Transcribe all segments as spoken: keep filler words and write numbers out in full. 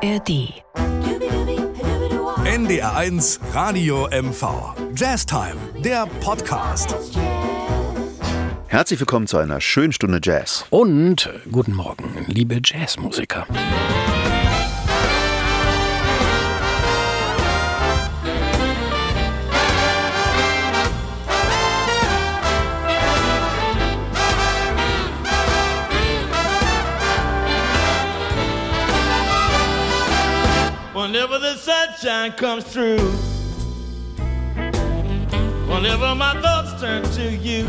R D. N D R eins Radio M V. Jazztime, der Podcast. Herzlich willkommen zu einer schönen Stunde Jazz. Und guten Morgen, liebe Jazzmusiker. Whenever the sunshine comes through, whenever my thoughts turn to you,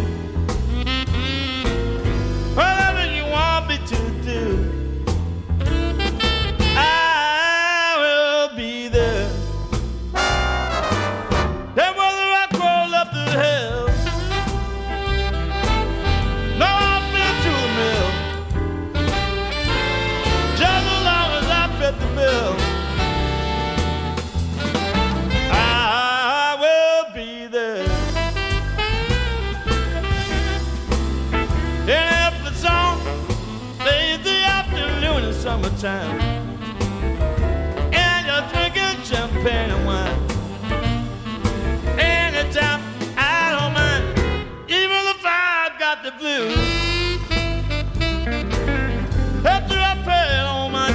whatever you want me to do, I will be there. And whether I crawl up the hill, no, I've been to the mill, just as long as I fit the bill. Summertime, and you're drinking champagne and wine. Anytime, I don't mind, even if I've got the blues. After I pay all my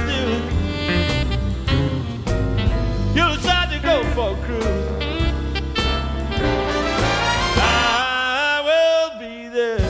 dues, you decide to go for a cruise. I will be there.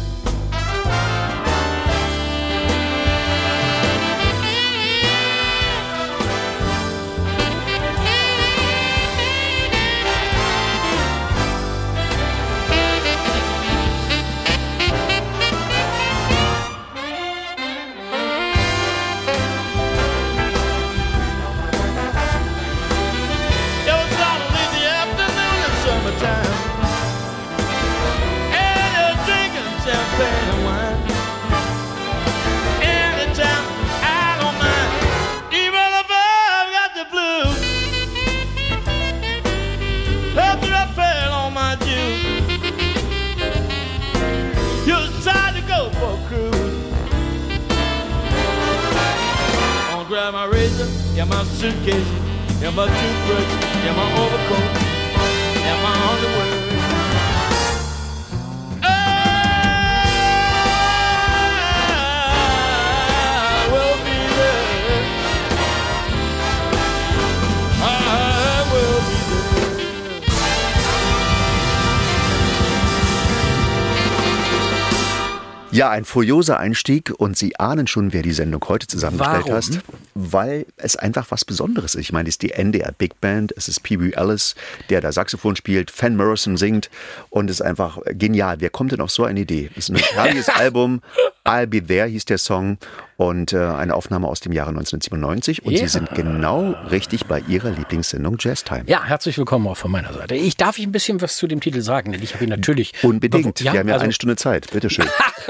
Grab my razor, yeah, my suitcase, yeah, my toothbrush, yeah, my overcoat, yeah, my underwear. I will be there. I will be there. Ja, ein furioser Einstieg und Sie ahnen schon, wer die Sendung heute zusammengestellt Warum? hat. Weil es einfach was Besonderes ist. Ich meine, es ist die N D R Big Band, es ist Pee Wee Ellis, der da Saxophon spielt, Van Morrison singt und es ist einfach genial. Wer kommt denn auf so eine Idee? Es ist ein herrliches Album, I'll Be There hieß der Song und äh, eine Aufnahme aus dem Jahre neunzehnhundertsiebenundneunzig und Yeah. Sie sind genau richtig bei Ihrer Lieblingssendung Jazztime. Ja, herzlich willkommen auch von meiner Seite. Ich darf ich ein bisschen was zu dem Titel sagen, denn ich habe ihn natürlich... Unbedingt, Ja, wir haben ja also- eine Stunde Zeit, bitteschön.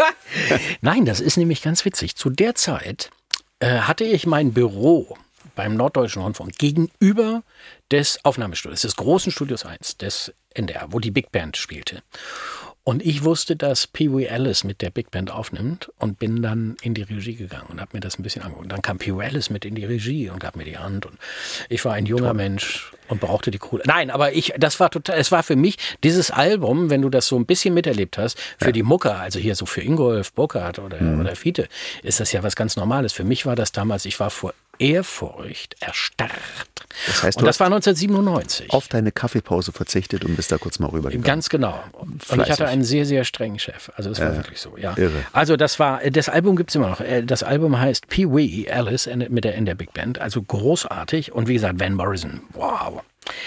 Nein, das ist nämlich ganz witzig. Zu der Zeit äh, hatte ich mein Büro beim Norddeutschen Rundfunk gegenüber des Aufnahmestudios, des großen Studios eins, des N D R, wo die Big Band spielte. Und ich wusste, dass Pee Wee Ellis mit der Big Band aufnimmt und bin dann in die Regie gegangen und habe mir das ein bisschen angeguckt. Dann kam Pee Wee Ellis mit in die Regie und gab mir die Hand und ich war ein junger Toll. Mensch und brauchte die Kohle. Nein, aber ich, das war total, es war für mich dieses Album, wenn du das so ein bisschen miterlebt hast, für ja. die Mucker, also hier so für Ingolf, Burkhardt oder, mhm. oder Fiete, ist das ja was ganz Normales. Für mich war das damals, ich war vor Ehrfurcht erstarrt. Das heißt, und das war neunzehnhundertsiebenundneunzig. Auf deine Kaffeepause verzichtet und bist da kurz mal rübergegangen. Ganz genau. Und Fleißig. ich hatte einen sehr, sehr strengen Chef. Also es war Ja. wirklich so, ja. Irre. Also das war, das Album gibt's immer noch. Das Album heißt Pee Wee Ellis mit der in der Big Band. Also großartig. Und wie gesagt, Van Morrison. Wow.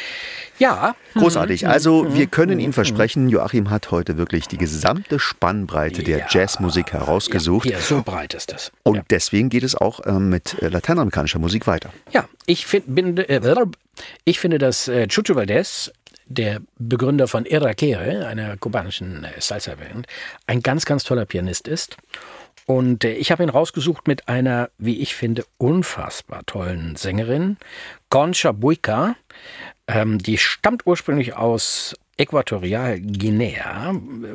Ja. Großartig. Also wir können Ihnen versprechen, Joachim hat heute wirklich die gesamte Spannbreite der Ja. Jazzmusik herausgesucht. Ja, so breit ist das. Und ja. deswegen geht es auch äh, mit äh, lateinamerikanischer Musik weiter. Ja, ich, find, bin, äh, ich finde, dass äh, Chucho Valdés, der Begründer von Iraquere, einer kubanischen äh, Salsa-Band, ein ganz, ganz toller Pianist ist. Und äh, ich habe ihn rausgesucht mit einer, wie ich finde, unfassbar tollen Sängerin, Concha Buica. Ähm, die stammt ursprünglich aus Äquatorialguinea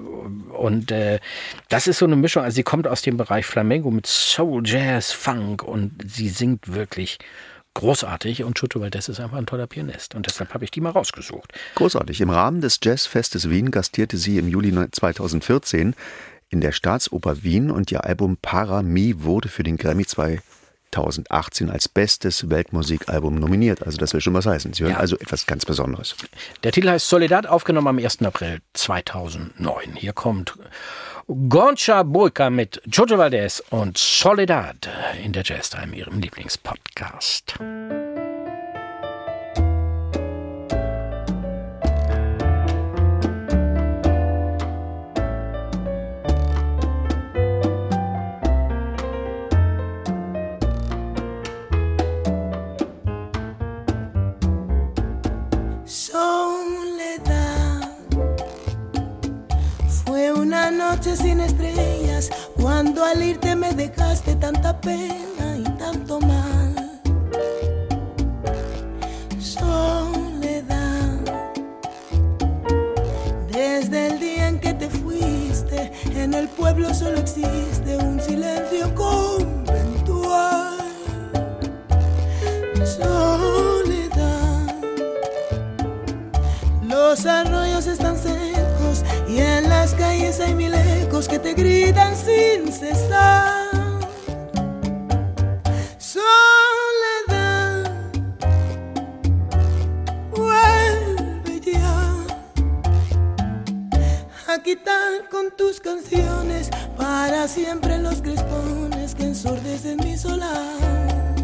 und äh, das ist so eine Mischung, also sie kommt aus dem Bereich Flamenco mit Soul, Jazz, Funk und sie singt wirklich großartig und Chucho Valdés ist einfach ein toller Pianist und deshalb habe ich die mal rausgesucht. Großartig. Im Rahmen des Jazzfestes Wien gastierte sie im Juli zweitausendvierzehn in der Staatsoper Wien und ihr Album Para Mi wurde für den Grammy zweitausendachtzehn als bestes Weltmusikalbum nominiert. Also das will schon was heißen. Sie hören Ja. also etwas ganz Besonderes. Der Titel heißt Soledad, aufgenommen am ersten April zweitausendneun. Hier kommt Concha Boica mit Chucho Valdés und Soledad in der Jazztime, ihrem Lieblingspodcast. Soledad fue una noche sin estrellas cuando al irte me dejaste tanta pena y tanto mal. Soledad, desde el día en que te fuiste, en el pueblo solo existe un silencio conventual. Soledad, los arroyos están secos y en las calles hay mil ecos que te gritan sin cesar. Soledad, vuelve ya a quitar con tus canciones para siempre los crespones que ensordecen mi solar.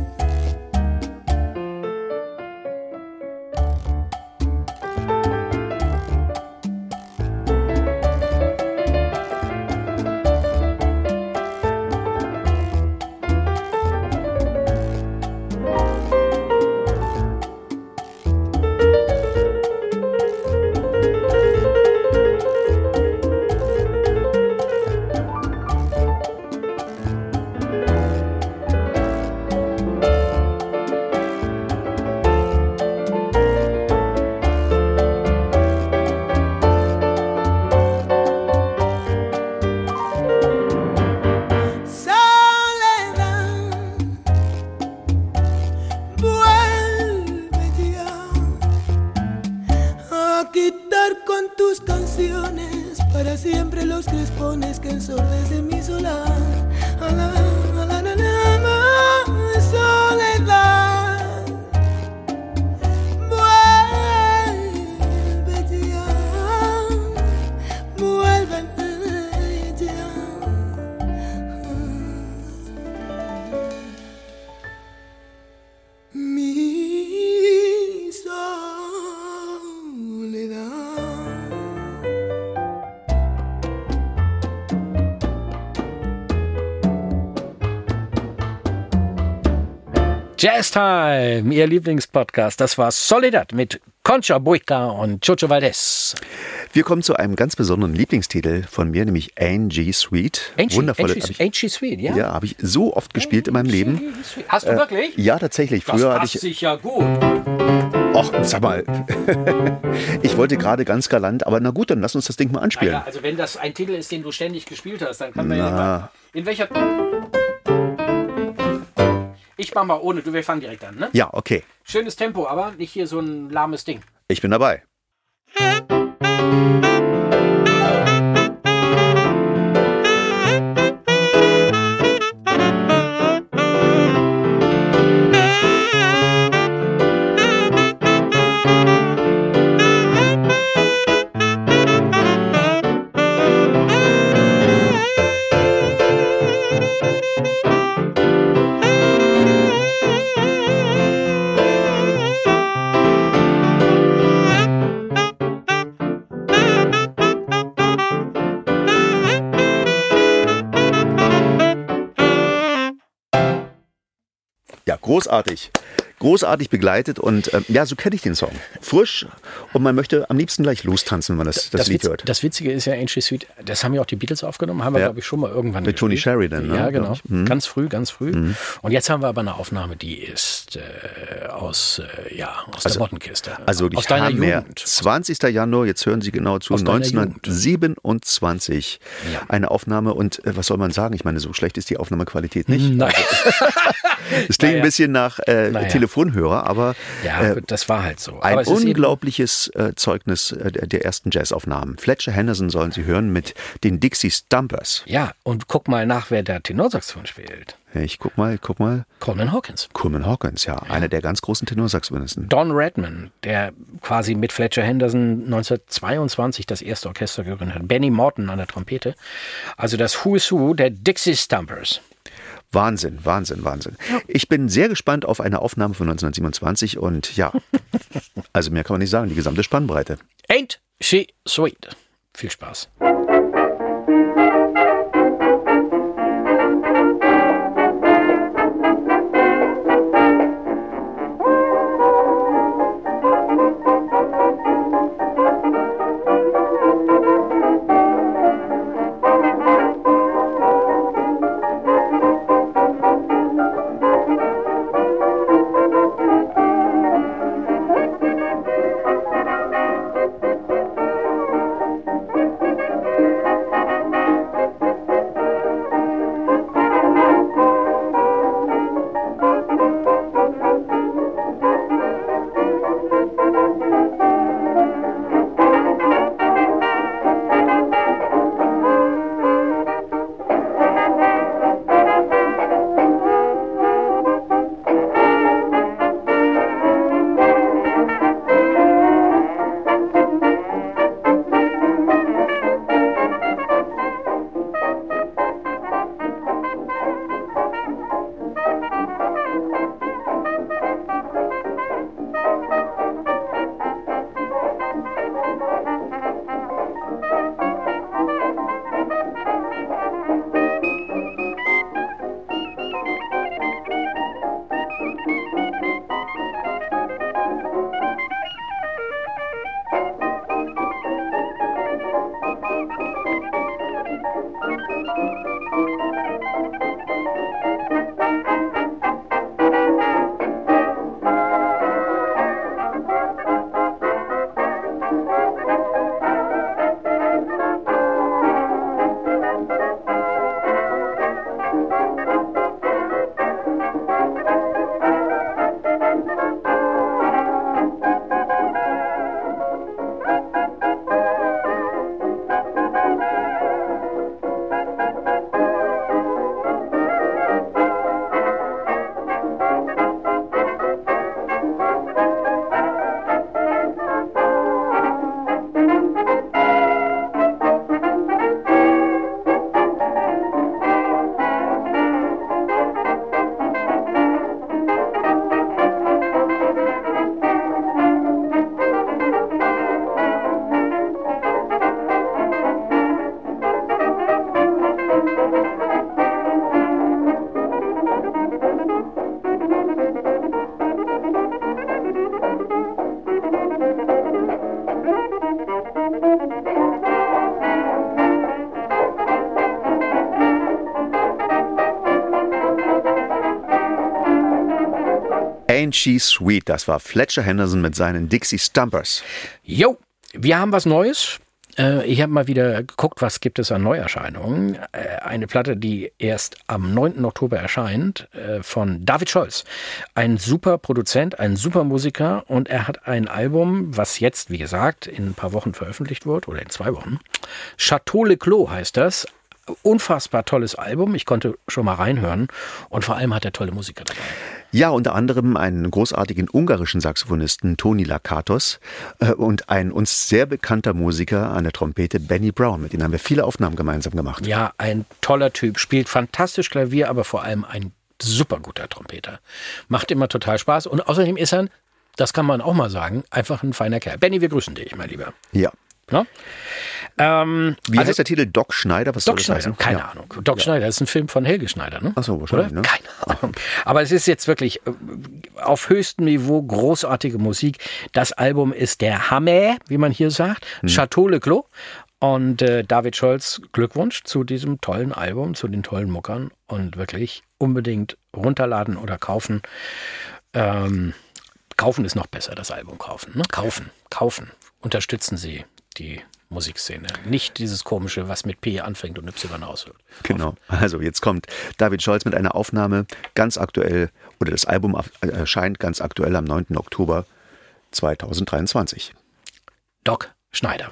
Jazztime, Ihr Lieblingspodcast. Das war Soledad mit Concha Boica und Chucho Valdés. Wir kommen zu einem ganz besonderen Lieblingstitel von mir, nämlich Angie Sweet. Angie, Wundervolle. Angie, hab ich, Angie Sweet, ja? Ja, habe ich so oft gespielt in meinem Leben. Hast du wirklich? Ja, tatsächlich. Das Früher hatte passt ich. sich ja gut. Ach, sag mal. Ich wollte gerade ganz galant, aber na gut, dann lass uns das Ding mal anspielen. Naja, also wenn das ein Titel ist, den du ständig gespielt hast, dann kann man ja Na. immer. In welcher. Ich mach mal ohne, du, wir fangen direkt an, ne? Ja, okay. Schönes Tempo, aber nicht hier so ein lahmes Ding. Ich bin dabei. Ja, großartig. Großartig begleitet und ähm, ja, so kenne ich den Song. Frisch und man möchte am liebsten gleich lostanzen, wenn man das, das, das Lied Witz, hört. Das Witzige ist ja, Angie Sweet, das haben ja auch die Beatles aufgenommen, haben wir, Ja. glaube ich, schon mal irgendwann Mit Tony gespielt. Sheridan, ne, Ja, glaub genau. ich. Mhm. Ganz früh, ganz früh. Mhm. Und jetzt haben wir aber eine Aufnahme, die ist äh, aus, äh, ja, aus Also- der Mottenkiste. Also die aus deiner Hammer. Jugend. zwanzigster Januar, jetzt hören Sie genau zu, Aus deiner neunzehnhundertsiebenundzwanzig. Ja. Eine Aufnahme und äh, was soll man sagen? Ich meine, so schlecht ist die Aufnahmequalität nicht. Nein. Es klingt Naja. ein bisschen nach äh, Naja. Telefon Saxophonhörer, aber Ja, äh, das war halt so. ein Aber es ist eben- unglaubliches äh, Zeugnis äh, der, der ersten Jazzaufnahmen. Fletcher Henderson sollen Sie hören mit den Dixie Stumpers. Ja, und guck mal nach, wer da Tenorsaxophon spielt. Ich guck mal, guck mal. Coleman Hawkins. Coleman Hawkins, ja, einer der ganz großen Tenorsaxophonisten. Don Redman, der quasi mit Fletcher Henderson neunzehnhundertzweiundzwanzig das erste Orchester gegründet hat. Benny Morton an der Trompete. Also das Who is Who der Dixie Stumpers. Wahnsinn, Wahnsinn, Wahnsinn. Ich bin sehr gespannt auf eine Aufnahme von neunzehnhundertsiebenundzwanzig und ja, also mehr kann man nicht sagen, die gesamte Spannbreite. Ain't she sweet? Viel Spaß. Ain't She Sweet, das war Fletcher Henderson mit seinen Dixie Stumpers. Jo, wir haben was Neues. Äh, Ich habe mal wieder geguckt, was gibt es an Neuerscheinungen. Äh, Eine Platte, die erst am neunten Oktober erscheint, äh, von David Scholz. Ein super Produzent, ein super Musiker und er hat ein Album, was jetzt, wie gesagt, in ein paar Wochen veröffentlicht wird oder in zwei Wochen. Chateau Le Clos heißt das. Unfassbar tolles Album. Ich konnte schon mal reinhören und vor allem hat er tolle Musiker dabei. Ja, unter anderem einen großartigen ungarischen Saxophonisten, Toni Lakatos, äh, und ein uns sehr bekannter Musiker an der Trompete, Benny Brown. Mit denen haben wir viele Aufnahmen gemeinsam gemacht. Ja, ein toller Typ, spielt fantastisch Klavier, aber vor allem ein super guter Trompeter. Macht immer total Spaß und außerdem ist er, das kann man auch mal sagen, einfach ein feiner Kerl. Benny, wir grüßen dich, mein Lieber. Ja. Ja? Ähm, Wie also, heißt der Titel? Doc Schneider? Was Doc soll das Schneider, heißen? keine Ja. Ahnung. Doc ja. Schneider ist ein Film von Helge Schneider, ne? Ach so, wahrscheinlich, Oder? ne? Keine Ahnung. Aber es ist jetzt wirklich äh, auf höchstem Niveau großartige Musik. Das Album ist der Hammer, wie man hier sagt. Hm. Chateau Le Clos. Und äh, David Scholz, Glückwunsch zu diesem tollen Album, zu den tollen Muckern. Und wirklich unbedingt runterladen oder kaufen. Ähm, kaufen ist noch besser, das Album kaufen. Ne? Kaufen, kaufen. Unterstützen Sie die Musikszene. Nicht dieses komische, was mit P anfängt und Y aushört. Genau. Also jetzt kommt David Scholz mit einer Aufnahme ganz aktuell, oder das Album erscheint ganz aktuell am neunten Oktober zweitausenddreiundzwanzig. Doc Schneider.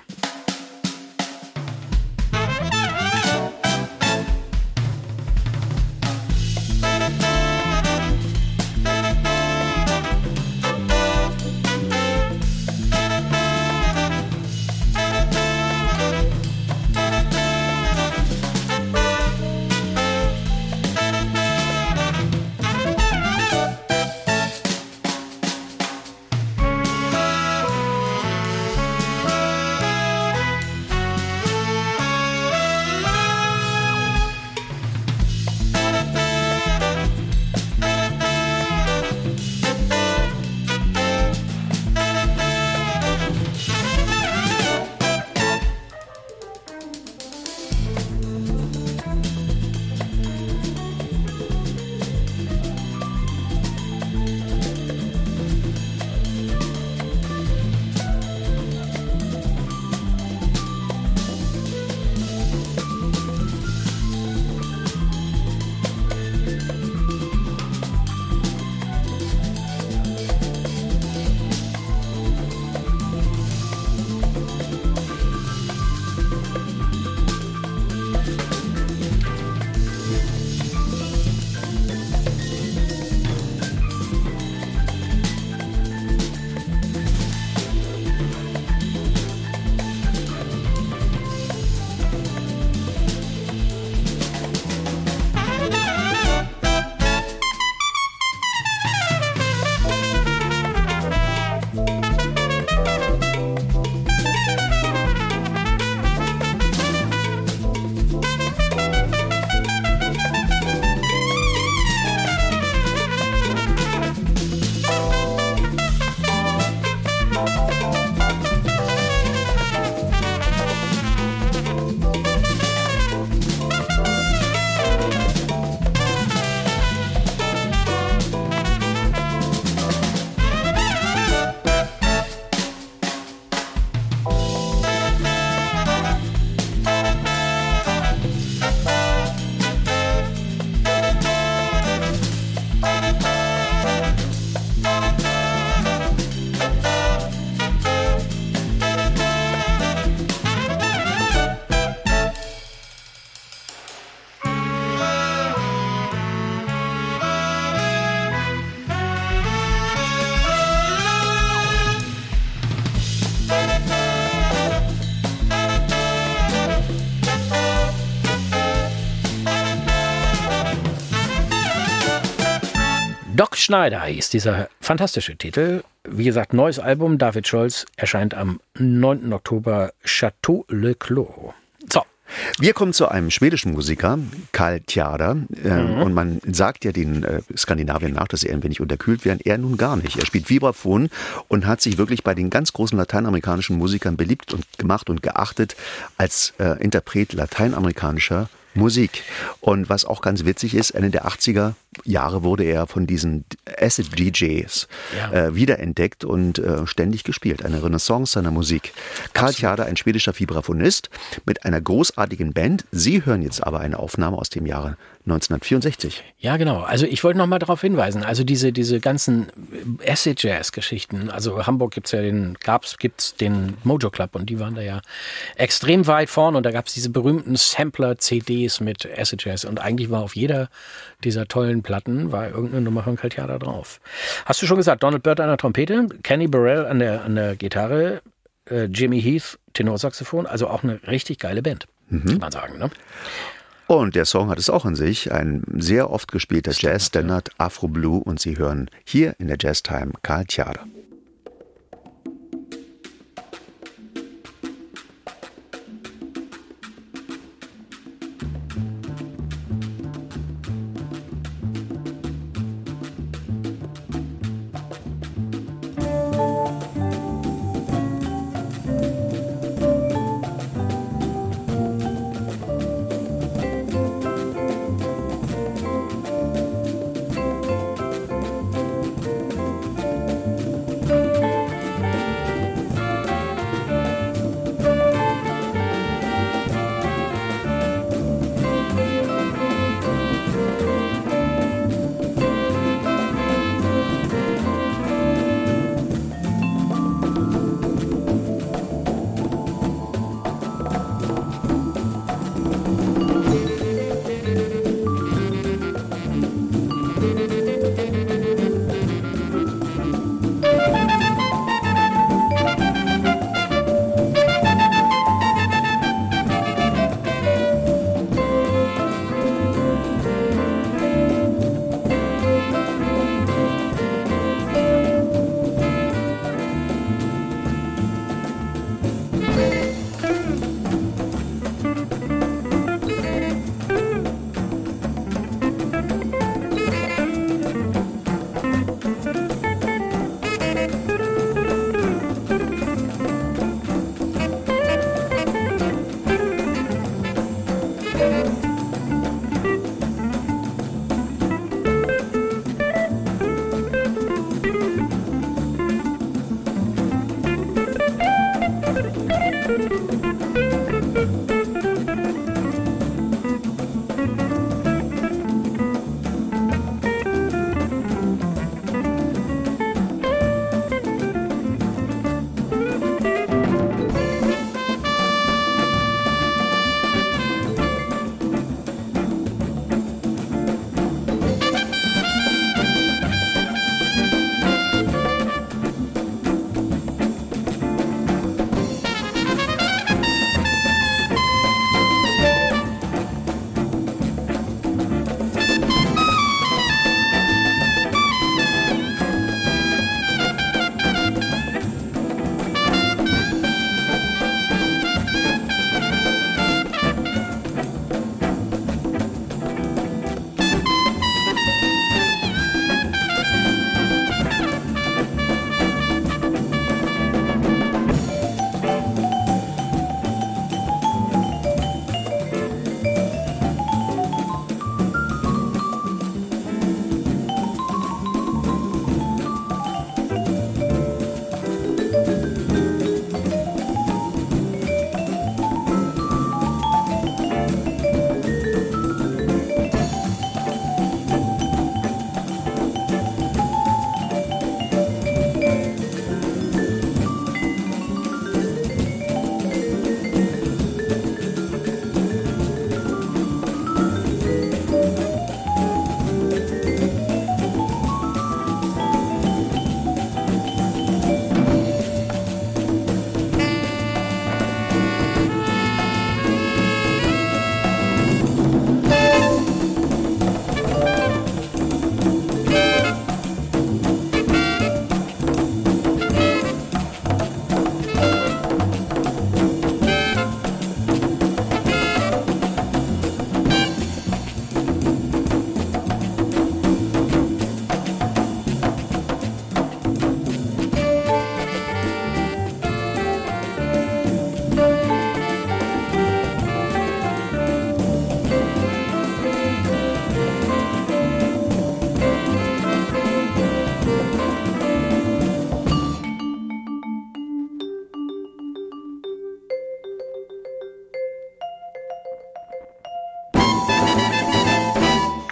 Doc Schneider hieß dieser fantastische Titel. Wie gesagt, neues Album, David Scholz, erscheint am neunten Oktober, Chateau Le Clos. So. Wir kommen zu einem schwedischen Musiker, Karl Tjader. Äh, mhm. Und man sagt ja den äh, Skandinaviern nach, dass sie ein wenig unterkühlt werden. Er nun gar nicht. Er spielt Vibraphon und hat sich wirklich bei den ganz großen lateinamerikanischen Musikern beliebt und gemacht und geachtet als äh, Interpret lateinamerikanischer Musik. Und was auch ganz witzig ist, Ende der achtziger Jahre wurde er von diesen Acid-D Js ja. äh, wiederentdeckt und äh, ständig gespielt. Eine Renaissance seiner Musik. Karl Tjader, ein schwedischer Vibraphonist mit einer großartigen Band. Sie hören jetzt aber eine Aufnahme aus dem Jahre neunzehnhundertvierundsechzig. Ja, genau. Also ich wollte noch mal darauf hinweisen, also diese, diese ganzen Acid-Jazz-Geschichten, also Hamburg gibt's ja den, gab's, gibt's den Mojo Club und die waren da ja extrem weit vorne und da gab's diese berühmten Sampler-C Ds mit Acid-Jazz und eigentlich war auf jeder dieser tollen Platten war irgendeine Nummer von Karl Tjader drauf. Hast du schon gesagt, Donald Byrd an der Trompete, Kenny Burrell an der, an der Gitarre, äh, Jimmy Heath, Tenorsaxophon, also auch eine richtig geile Band, mhm. kann man sagen, ne? Und der Song hat es auch in sich, ein sehr oft gespielter Jazz-Standard, Afro Blue, und Sie hören hier in der Jazztime Karl Tjader.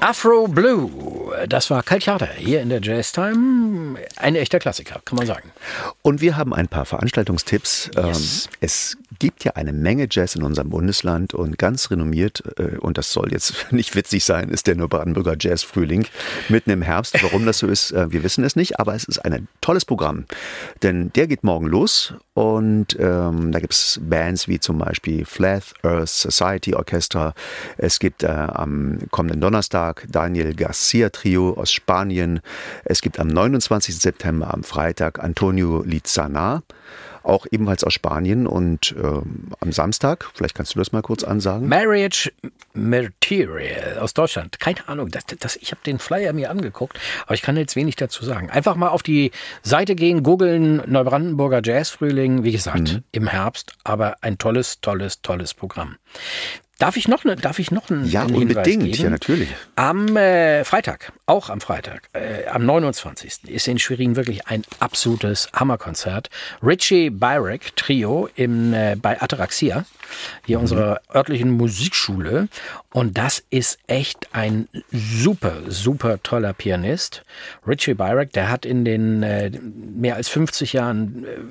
Afro Blue, das war Kal Tjader hier in der Jazz Time. Ein echter Klassiker, kann man sagen. Und wir haben ein paar Veranstaltungstipps. Yes. Ähm, es gibt ja eine Menge Jazz in unserem Bundesland und ganz renommiert, äh, und das soll jetzt nicht witzig sein, ist der Neubrandenburger Jazz-Frühling mitten im Herbst. Warum das so ist, äh, wir wissen es nicht, aber es ist ein tolles Programm. Denn der geht morgen los und ähm, da gibt es Bands wie zum Beispiel Flat Earth Society Orchestra. Es gibt äh, am kommenden Donnerstag Daniel Garcia Trio aus Spanien. Es gibt am neunundzwanzigsten September am Freitag Antonio Lizana, auch ebenfalls aus Spanien. Und ähm, am Samstag, vielleicht kannst du das mal kurz ansagen. Marriage Material aus Deutschland. Keine Ahnung, das, das, ich habe den Flyer mir angeguckt, aber ich kann jetzt wenig dazu sagen. Einfach mal auf die Seite gehen, googeln, Neubrandenburger Jazzfrühling, wie gesagt, mhm. im Herbst, aber ein tolles, tolles, tolles Programm. Darf ich noch, ne, darf ich noch einen, ja, einen Hinweis unbedingt, geben? Ja, natürlich. Am äh, Freitag, auch am Freitag, äh, am neunundzwanzigsten ist in Schwerin wirklich ein absolutes Hammerkonzert. Richie Byrack Trio im, äh, bei Ataraxia, hier mhm. unserer örtlichen Musikschule. Und das ist echt ein super, super toller Pianist. Richie Byrack, der hat in den äh, mehr als fünfzig Jahren äh,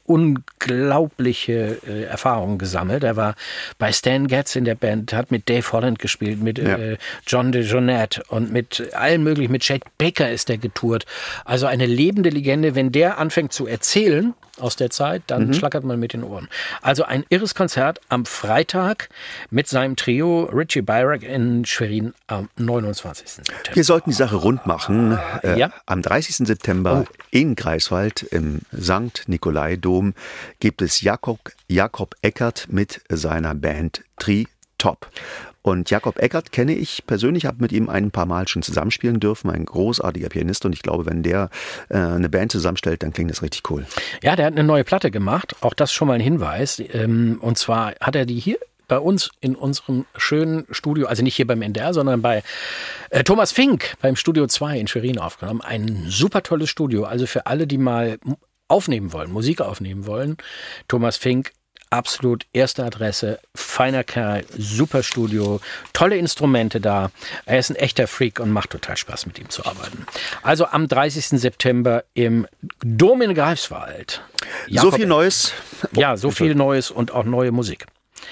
unglaubliche äh, Erfahrungen gesammelt. Er war bei Stan Getz in der Band, hat mit Dave Holland gespielt, mit ja. äh, John DeJohnette und mit allen möglichen, mit Chet Baker ist er getourt. Also eine lebende Legende. Wenn der anfängt zu erzählen aus der Zeit, dann mhm. schlackert man mit den Ohren. Also ein irres Konzert am Freitag mit seinem Trio Richie Byrack in Schwerin am neunundzwanzigsten September. Wir sollten die Sache rund machen. Äh, ja? Am dreißigsten September oh. in Greifswald im Sankt Nikolai-Dom gibt es Jakob, Jakob Eckert mit seiner Band Tri Top. Und Jakob Eckert kenne ich persönlich, habe mit ihm ein paar Mal schon zusammenspielen dürfen, ein großartiger Pianist, und ich glaube, wenn der äh, eine Band zusammenstellt, dann klingt das richtig cool. Ja, der hat eine neue Platte gemacht, auch das schon mal ein Hinweis, ähm, und zwar hat er die hier bei uns in unserem schönen Studio, also nicht hier beim N D R, sondern bei äh, Thomas Fink beim Studio zwei in Schwerin aufgenommen. Ein super tolles Studio, also für alle, die mal aufnehmen wollen, Musik aufnehmen wollen. Thomas Fink, absolut erste Adresse, feiner Kerl, super Studio, tolle Instrumente da. Er ist ein echter Freak und macht total Spaß, mit ihm zu arbeiten. Also am dreißigsten September im Dom in Greifswald. Jakob, so viel Neues. Ja, so viel Neues und auch neue Musik.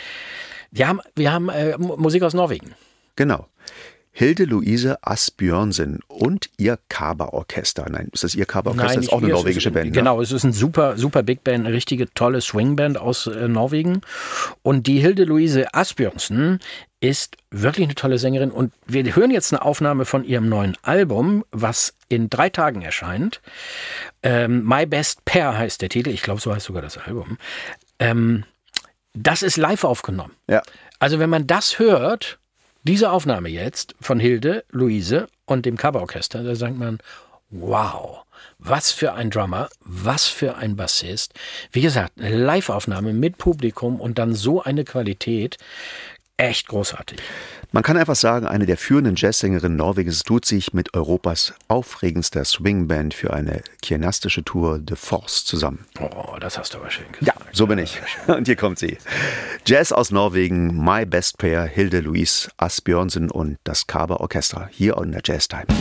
Wir haben, wir haben äh, Musik aus Norwegen. Genau. Hilde Louise Asbjørnsen und ihr Kaba-Orchester. Nein, ist das ihr Kaba-Orchester? Das ist auch eine norwegische ist, Band. Genau, ne? Es ist ein super, super Big Band, eine richtige tolle Swingband aus äh, Norwegen. Und die Hilde Louise Asbjørnsen ist wirklich eine tolle Sängerin. Und wir hören jetzt eine Aufnahme von ihrem neuen Album, was in drei Tagen erscheint. Ähm, My Best Pair heißt der Titel. Ich glaube, so heißt sogar das Album. Ähm, das ist live aufgenommen. Ja. Also wenn man das hört, diese Aufnahme jetzt von Hilde Louise und dem Kaba-Orchester, da sagt man, wow, was für ein Drummer, was für ein Bassist. Wie gesagt, eine Live-Aufnahme mit Publikum und dann so eine Qualität, echt großartig. Man kann einfach sagen, eine der führenden Jazzsängerinnen Norwegens tut sich mit Europas aufregendster Swingband für eine kienastische Tour de Force zusammen. Oh, das hast du aber schön gesagt. Ja, so bin ich. Und hier kommt sie. Jazz aus Norwegen, My Best Pair, Hilde Louise Asbjørnsen und das Kaba-Orchester hier in der Jazz Time.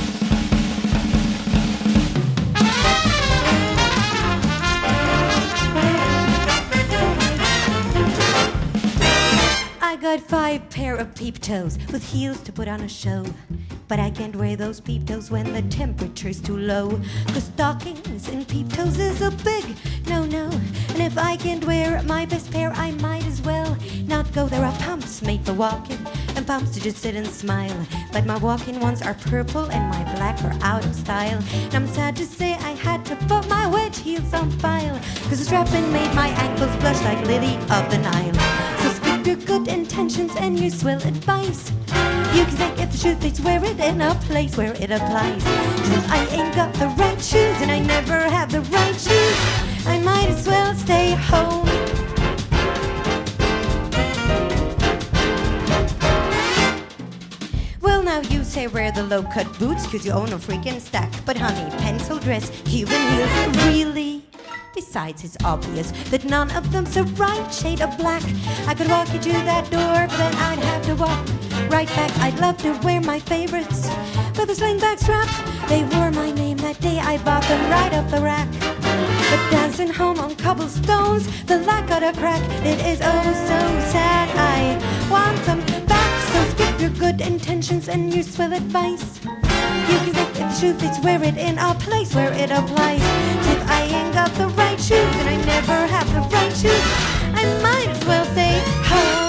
I got five pair of peep toes with heels to put on a show. But I can't wear those peep toes when the temperature's too low. Cause stockings and peep toes is a big no-no. And if I can't wear my best pair, I might as well not go. There are pumps made for walking and pumps to just sit and smile. But my walking ones are purple and my black are out of style. And I'm sad to say I had to put my wedge heels on file. Cause the strapping made my ankles blush like Lily of the Nile. So skip your good intentions and your swell advice. You can say if the shoe fits, wear it in a place where it applies. Cause if I ain't got the right shoes and I never have the right shoes, I might as well stay home. Well, now you say wear the low-cut boots cause you own a freaking stack. But honey, pencil dress, Cuban heels, really? Besides, it's obvious that none of them's the right shade of black. I could walk you to that door, but then I'd have to walk right back. I'd love to wear my favorites with a slingback strap. They wore my name that day, I bought them right off the rack. But dancing home on cobblestones, the lack got a crack. It is oh so sad, I want them back. So skip your good intentions and your swell advice. You can say the truth, it's wear it in a place where it applies. If I ain't got the right shoes and I never have the right shoes, I might as well stay home.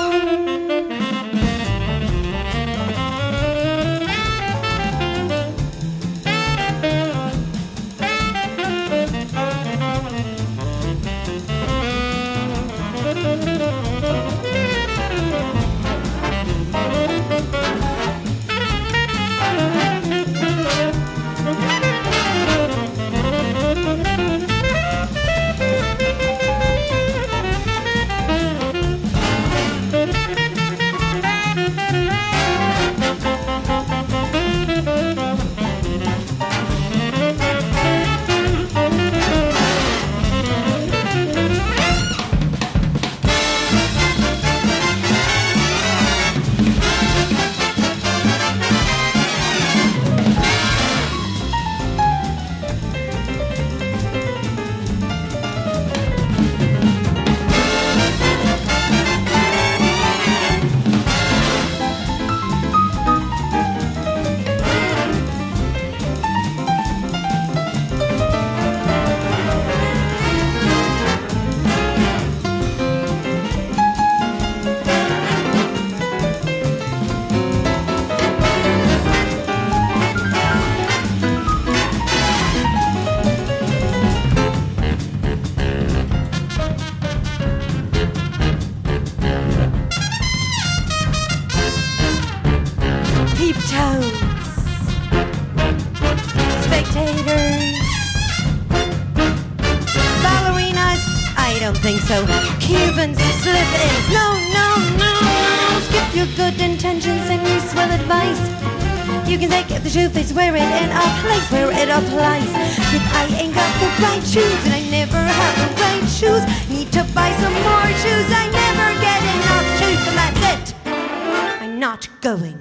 So Cubans, slip-ins, no, no, no, no. Skip your good intentions and your swell advice. You can say get the truth, it's wear it in a place where it applies. If I ain't got the right shoes and I never have the right shoes, need to buy some more shoes. I never get enough shoes, and that's it. I'm not going.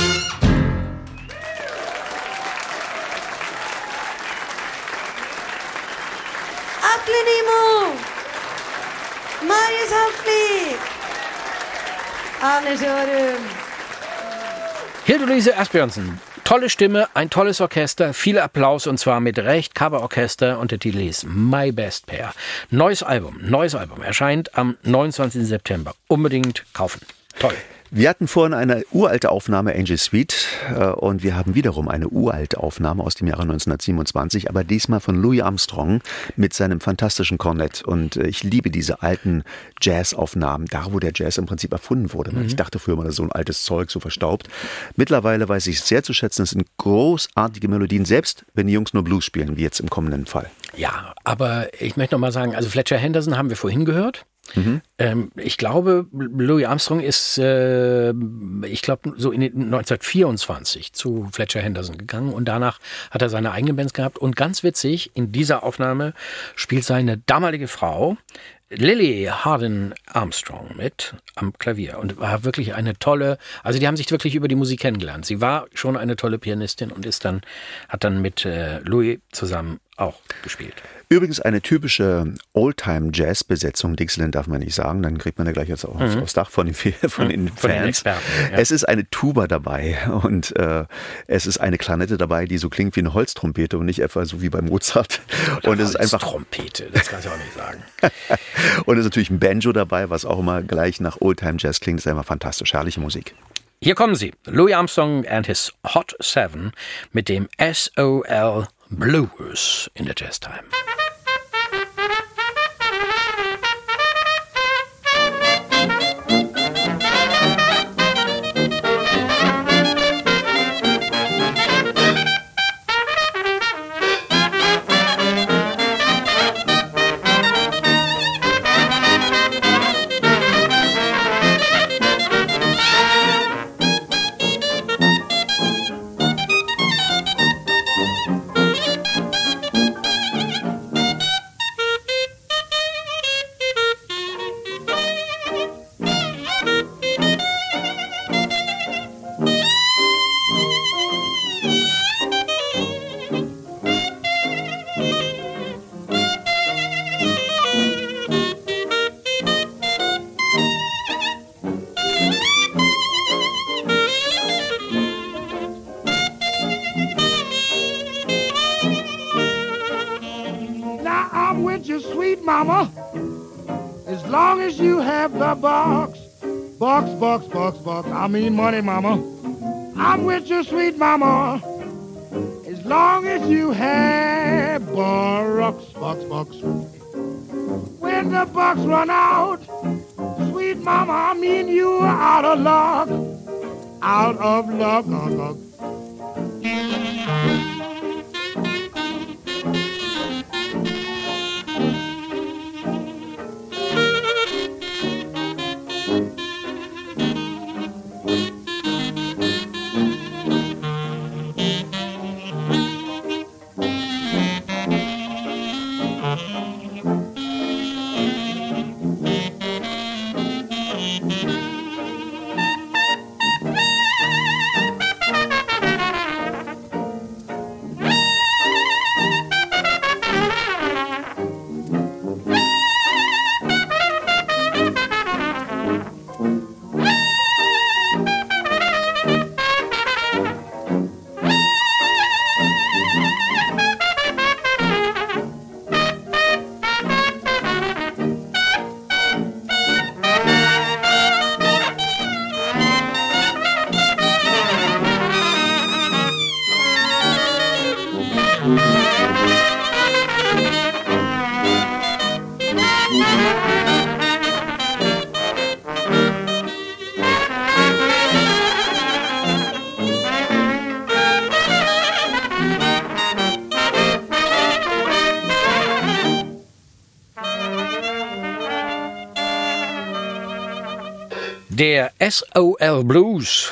Aklenimo! Marius Hoffli! Arne Schorum! Hilde-Luise Asbjørnsen. Tolle Stimme, ein tolles Orchester, viel Applaus und zwar mit Recht, Coverorchester und der Titel ist My Best Pair. Neues Album, neues Album, erscheint am neunundzwanzigsten September. Unbedingt kaufen. Toll. Wir hatten vorhin eine uralte Aufnahme, Angel Sweet, und wir haben wiederum eine uralte Aufnahme aus dem Jahre neunzehnhundertsiebenundzwanzig, aber diesmal von Louis Armstrong mit seinem fantastischen Kornett. Und ich liebe diese alten Jazz-Aufnahmen, da wo der Jazz im Prinzip erfunden wurde. Mhm. Ich dachte früher mal, das ist so ein altes Zeug, so verstaubt. Mittlerweile weiß ich es sehr zu schätzen, es sind großartige Melodien, selbst wenn die Jungs nur Blues spielen, wie jetzt im kommenden Fall. Ja, aber ich möchte noch mal sagen, also Fletcher Henderson haben wir vorhin gehört. Mhm. Ähm, ich glaube, Louis Armstrong ist, äh, ich glaube, so in neunzehnhundertvierundzwanzig zu Fletcher Henderson gegangen und danach hat er seine eigenen Bands gehabt. Und ganz witzig, in dieser Aufnahme spielt seine damalige Frau Lily Hardin Armstrong mit am Klavier und war wirklich eine tolle, also die haben sich wirklich über die Musik kennengelernt. Sie war schon eine tolle Pianistin und ist dann, hat dann mit äh, Louis zusammen auch gespielt. Übrigens eine typische Oldtime-Jazz-Besetzung. Dixieland darf man nicht sagen, dann kriegt man ja gleich jetzt auch mhm. aufs Dach von den, von den von Fans. Den Experten, ja. Es ist eine Tuba dabei und äh, es ist eine Klarinette dabei, die so klingt wie eine Holztrompete und nicht etwa so wie bei Mozart. Oder und es ist einfach Trompete, das kannst du auch nicht sagen. Und es ist natürlich ein Banjo dabei, was auch immer gleich nach Oldtime-Jazz klingt. Das ist einfach fantastisch, herrliche Musik. Hier kommen sie, Louis Armstrong and his Hot Seven mit dem S O L Blues in der Jazz Time. with you, sweet mama, as long as you have the box. Box, box, box, box, I mean money, mama. I'm with you, sweet mama, as long as you have box, box, box. When the box run out, sweet mama, I mean you are out of luck, out of luck, luck, luck. Der S O L Blues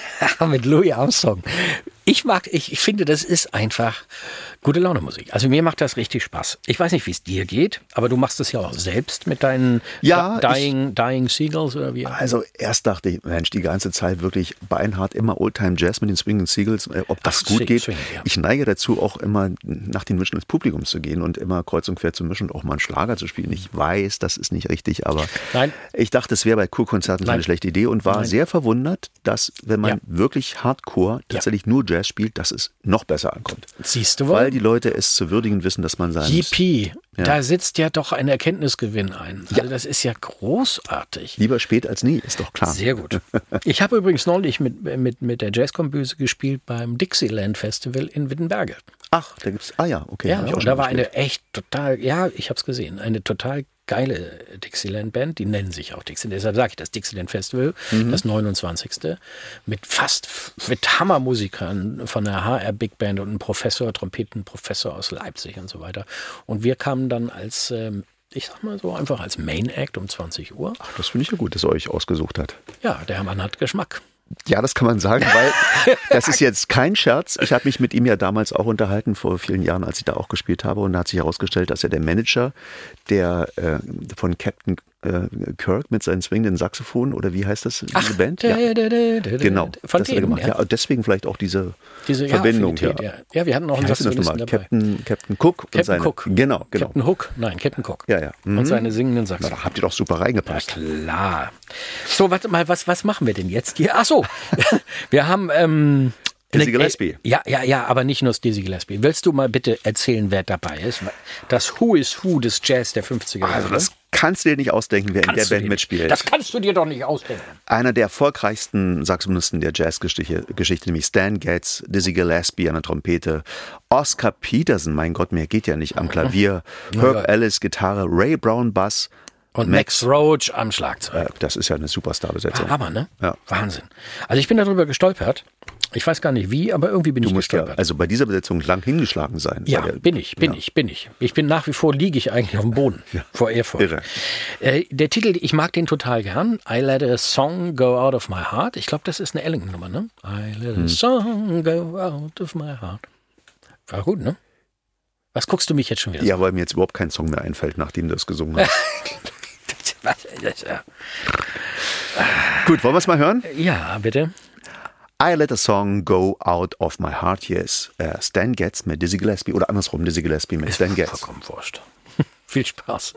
mit Louis Armstrong. Ich mag, ich, ich finde, das ist einfach gute Laune Musik. Also mir macht das richtig Spaß. Ich weiß nicht, wie es dir geht, aber du machst es ja auch selbst mit deinen ja, Dying, ich, Dying Seagulls oder wie? Also erst dachte ich, Mensch, die ganze Zeit wirklich beinhart immer Oldtime Jazz mit den Swinging Seagulls, ob das Ach, gut geht. Swing, ja. Ich neige dazu, auch immer nach den Wünschen des Publikums zu gehen und immer kreuz und quer zu mischen und auch mal einen Schlager zu spielen. Ich weiß, das ist nicht richtig, aber Nein. ich dachte, es wäre bei Kurkonzerten keine schlechte Idee und war Nein. sehr verwundert, dass, wenn man ja. wirklich Hardcore tatsächlich ja. nur Jazz spielt, dass es noch besser ankommt. Siehst du wohl? Weil die Leute es zu würdigen wissen, dass man sein muss. Yippie, ja. da sitzt ja doch ein Erkenntnisgewinn ein. Also ja. das ist ja großartig. Lieber spät als nie, ist doch klar. Sehr gut. Ich habe übrigens neulich mit, mit, mit der Jazzkombüse gespielt beim Dixieland Festival in Wittenberge. Ach, da gibt's, ah ja, okay. Ja, und da war gespielt. Eine echt total, ja, ich habe es gesehen, eine total geile Dixieland-Band, die nennen sich auch Dixieland, deshalb sage ich das Dixieland Festival, mhm. das neunundzwanzigste mit fast, mit Hammermusikern von der H R Big Band und einem Professor, Trompetenprofessor aus Leipzig und so weiter. Und wir kamen dann als, ähm, ich sag mal so, einfach als Main Act um zwanzig Uhr. Ach, das finde ich ja gut, dass er euch ausgesucht hat. Ja, der Mann hat Geschmack. Ja, das kann man sagen, weil das ist jetzt kein Scherz. Ich habe mich mit ihm ja damals auch unterhalten, vor vielen Jahren, als ich da auch gespielt habe. Und da hat sich herausgestellt, dass er der Manager der äh, von Captain äh, Kirk mit seinen swingenden Saxophon, oder wie heißt das, diese Ach, Band? Ja. Da, da, da, da, genau, von das hat er gemacht. Ja. Ja, deswegen vielleicht auch diese, diese Verbindung. Ja, ja. ja, wir hatten noch einen Saxophonisten dabei. Captain, Captain Cook. Captain und seine, Cook. Genau, genau. Captain Hook, nein, Captain Cook. Ja, ja. Mhm. Und seine singenden Saxophon. Na, da habt ihr doch super reingepasst. Ja, klar. So, warte mal, was, was machen wir denn jetzt hier? Ach so, wir haben... Ähm, Dizzy Gillespie. Ja, ja, ja, aber nicht nur das Dizzy Gillespie. Willst du mal bitte erzählen, wer dabei ist? Das Who is Who des Jazz der fünfziger Jahre. Also das kannst du dir nicht ausdenken, wer kannst in der Band mitspielt. Das kannst du dir doch nicht ausdenken. Einer der erfolgreichsten Saxophonisten der Jazzgeschichte, Geschichte, nämlich Stan Getz, Dizzy Gillespie an der Trompete, Oscar Peterson, mein Gott, mehr geht ja nicht, am Klavier, Herb ja. Ellis Gitarre, Ray Brown Bass, und Max, Max Roach am Schlagzeug. Das ist ja eine Superstar-Besetzung. Hammer, ne? Ja. Wahnsinn. Also ich bin darüber gestolpert. Ich weiß gar nicht wie, aber irgendwie bin du ich musst gestolpert. Ja also bei dieser Besetzung lang hingeschlagen sein. Ja, der, bin ich, bin ja. ich, bin ich. Ich bin nach wie vor, liege ich eigentlich auf dem Boden ja. vor Ehrfurcht. Irre. Äh, der Titel, ich mag den total gern. I let a song go out of my heart. Ich glaube, das ist eine Ellington-Nummer, ne? I let a hm. song go out of my heart. War gut, ne? Was guckst du mich jetzt schon wieder? Ja, so? Weil mir jetzt überhaupt kein Song mehr einfällt, nachdem du es gesungen hast. ja. Gut, wollen wir es mal hören? Ja, bitte. I let a song go out of my heart, yes. Uh, Stan Getz mit Dizzy Gillespie oder andersrum Dizzy Gillespie mit Stan Getz. Vollkommen wurscht. Viel Spaß.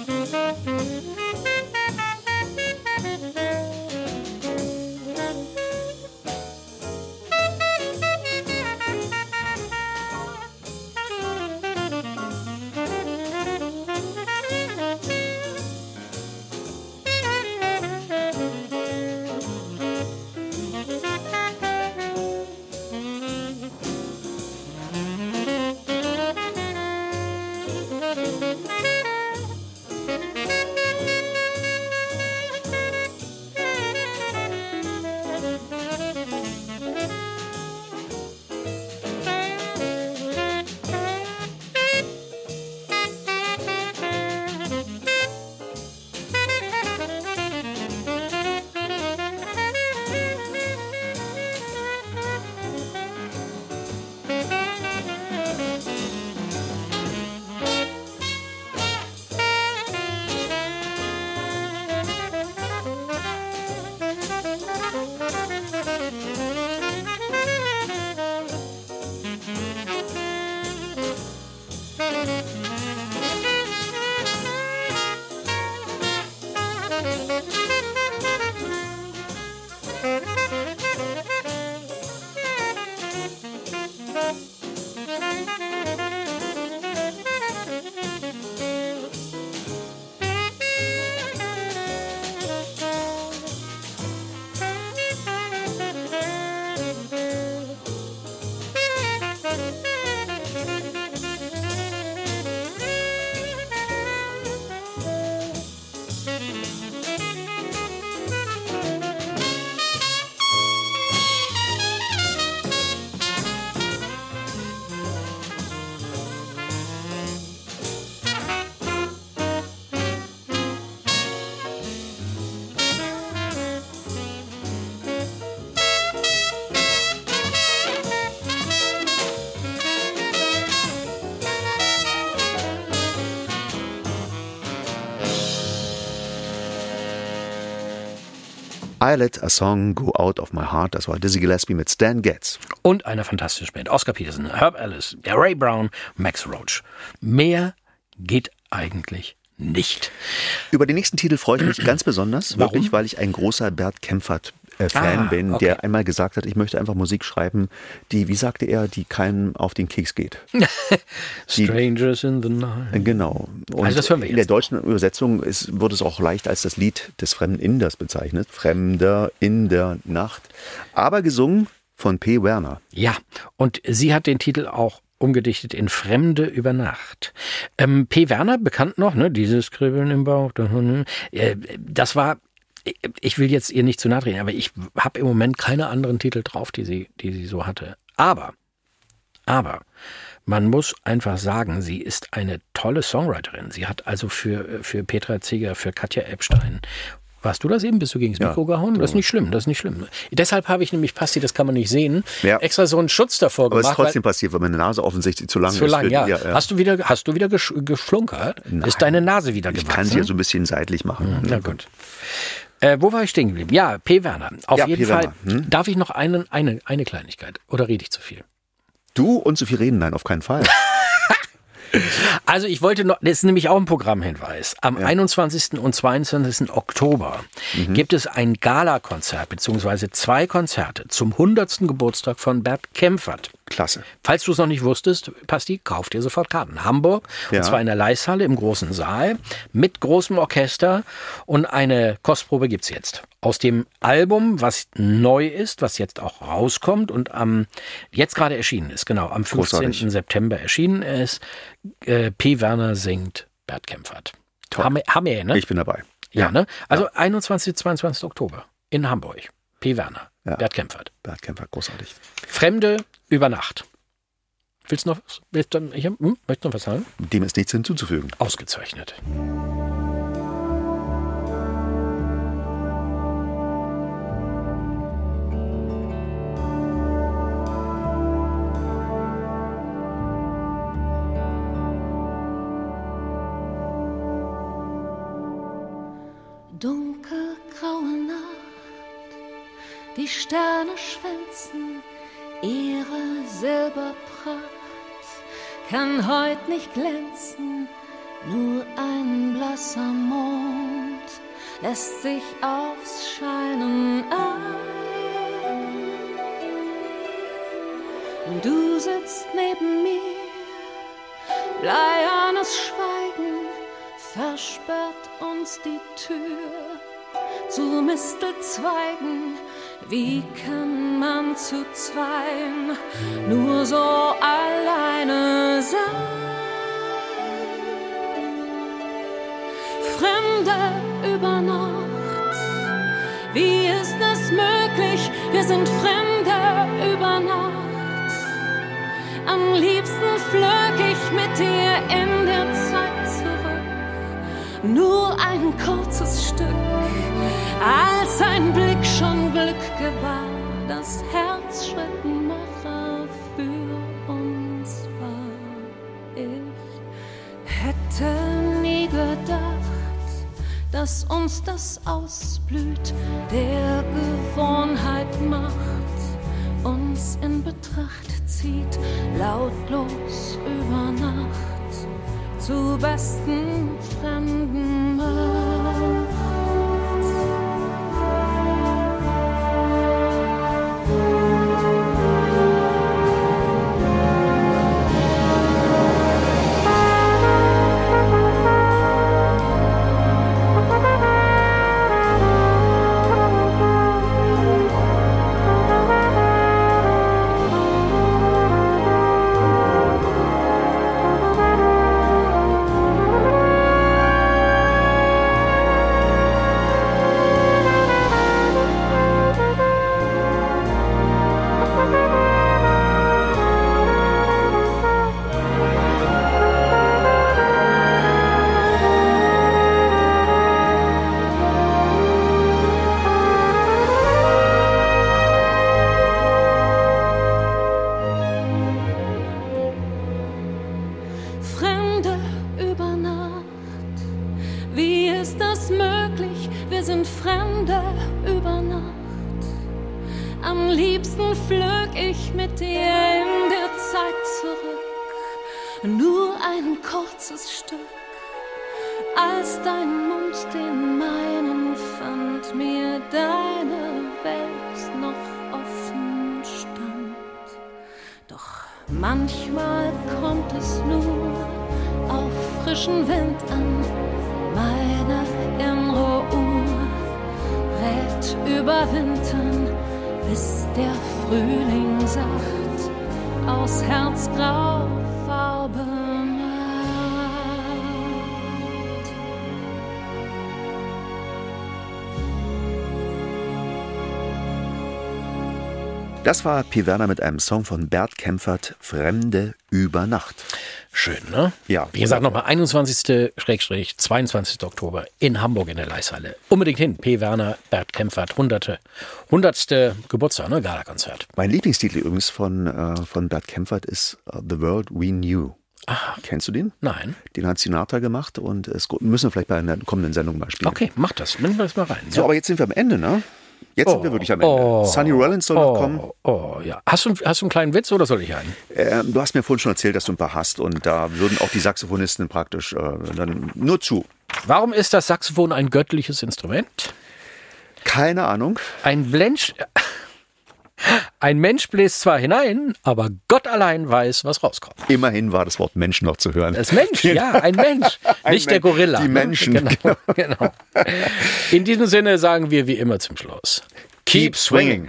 I Let a Song Go Out of My Heart, das war Dizzy Gillespie mit Stan Getz. Und eine fantastische Band. Oscar Peterson, Herb Ellis, Ray Brown, Max Roach. Mehr geht eigentlich nicht. Über den nächsten Titel freue ich mich ganz besonders, Warum? wirklich, weil ich ein großer Bert Kempfert äh, Fan Ah, bin, okay. der einmal gesagt hat, ich möchte einfach Musik schreiben, die, wie sagte er, die keinem auf den Keks geht. Die- Strangers in the Night. Äh, Genau. Und Also das hören wir in der jetzt. deutschen Übersetzung ist, wurde es auch leicht als das Lied des fremden Inders bezeichnet. Fremder in der Nacht. Aber gesungen von P. Werner. Ja, und sie hat den Titel auch umgedichtet in Fremde über Nacht. Ähm, P. Werner, bekannt noch, ne? Dieses Kribbeln im Bauch. Äh, das war, ich will jetzt ihr nicht zu nahe treten, aber ich habe im Moment keine anderen Titel drauf, die sie, die sie so hatte. Aber, aber, man muss einfach sagen, sie ist eine tolle Songwriterin. Sie hat also für, für Petra Zieger, für Katja Epstein. Warst du das eben? Bist du gegen das Ja. Mikro gehauen? Das ist nicht schlimm, das ist nicht schlimm. Deshalb habe ich nämlich, Pasti, das kann man nicht sehen, Ja. extra so einen Schutz davor Aber es ist gemacht. weil- trotzdem passiert, weil meine Nase offensichtlich zu lang zu ist. lang, für die- ja. ja, ja. Hast du wieder, hast du wieder gesch geschlunkert? Nein. Ist deine Nase wieder Ich gewachsen? kann sie ja so ein bisschen seitlich machen. Na gut. Äh, wo war ich stehen geblieben? Ja, P. Werner. Auf Ja, jeden P. Fall. Werner. Hm? Darf ich noch einen, eine, eine Kleinigkeit? Oder rede ich zu viel? Du und zu viel reden? Nein, auf keinen Fall. Also ich wollte noch, das ist nämlich auch ein Programmhinweis. Am einundzwanzigsten und zweiundzwanzigsten Oktober Mhm. gibt es ein Gala-Konzert, beziehungsweise zwei Konzerte zum hundertsten Geburtstag von Bert Kempfert. Klasse. Falls du es noch nicht wusstest, Pasti, kauf dir sofort Karten. Hamburg, Ja. und zwar in der Leishalle im großen Saal, mit großem Orchester, und eine Kostprobe gibt's jetzt. Aus dem Album, was neu ist, was jetzt auch rauskommt und am jetzt gerade erschienen ist, genau, am fünfzehnten Großartig. September erschienen ist, äh, P. Werner singt Bert Kempfert. Toll. Haben wir, haben wir, ne? Ich bin dabei. ja, ne? Also einundzwanzigsten, zweiundzwanzigsten Oktober in Hamburg. P. Werner, Ja. Bert Kempfert. Bert Kempfert, großartig. Fremde über Nacht. Willst du noch was? Willst du, ich, hm, möchtest du noch was sagen? Dem ist nichts hinzuzufügen. Ausgezeichnet. Dunkelgraue Nacht, die Sterne schwänzen ihre Silberpracht, kann heut nicht glänzen Nur ein blasser Mond lässt sich aufs Scheinen ein. Du sitzt neben mir, bleiernes Schweigen versperrt uns die Tür zu Mistelzweigen. Wie kann man zu zweien nur so alleine sein? Fremde über Nacht, wie ist es möglich? Wir sind Fremde über Nacht. Am liebsten flög ich mit dir in der Zeit zurück. Nur ein kurzes Stück, als ein Blick schon Glück gebar, das Herzschrittmacher für uns war. Ich hätte nie gedacht, dass uns das ausblüht, der Gewohnheit Macht uns in Betracht zieht, lautlos über Nacht zu besten Fremden macht. Manchmal kommt es nur auf frischen Wind an. Meine innere Uhr rät überwintern, bis der Frühling sacht aus Herzgrau Farbe macht. Das war P. Werner mit einem Song von Bert Kaempfert, Fremde über Nacht. Schön, ne? Ja. Wie gesagt, nochmal einundzwanzigsten zweiundzwanzigsten Oktober in Hamburg in der Leishalle. Unbedingt hin. P. Werner, Bert Kaempfert, hunderte, hundertste Geburtstag, ne? Gala-Konzert. Mein Lieblingstitel übrigens von, äh, von Bert Kaempfert ist uh, The World We Knew. Aha. Kennst du den? Nein. Den hat Sinatra gemacht und es müssen wir vielleicht bei einer kommenden Sendung mal spielen. Okay, mach das. Nehmen wir das mal rein. So, ja. Aber jetzt sind wir am Ende, ne? Jetzt oh, sind wir wirklich am Ende. Oh, Sonny Rollins soll oh, noch kommen. Oh, ja. Hast du, hast du einen kleinen Witz oder soll ich einen? Ähm, du hast mir vorhin schon erzählt, dass du ein paar hast und da würden auch die Saxophonisten praktisch äh, dann nur zu. Warum ist das Saxophon ein göttliches Instrument? Keine Ahnung. Ein Blensch... Ein Mensch bläst zwar hinein, aber Gott allein weiß, was rauskommt. Immerhin war das Wort Mensch noch zu hören. Das Mensch, ja, ein Mensch. Ein Nicht der Gorilla. Die Menschen. Genau, genau. In diesem Sinne sagen wir wie immer zum Schluss. Keep swinging.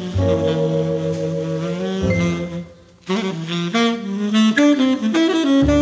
Mm-hmm.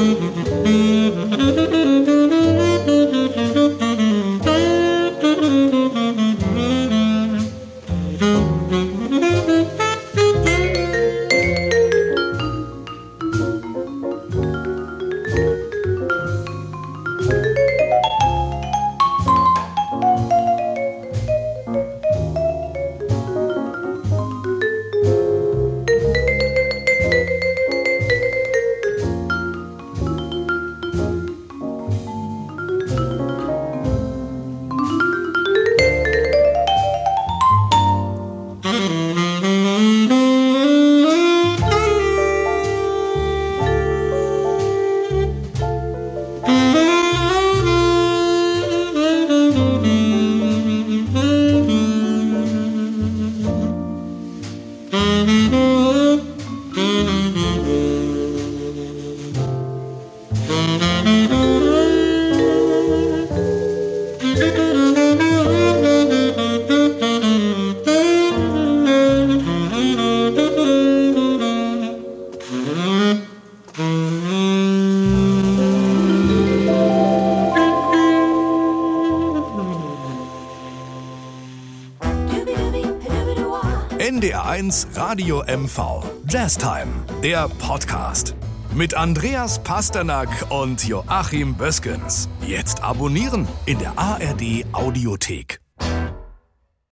N D R eins Radio M V. Jazztime, der Podcast. Mit Andreas Pasternak und Joachim Böskens. Jetzt abonnieren in der A R D Audiothek.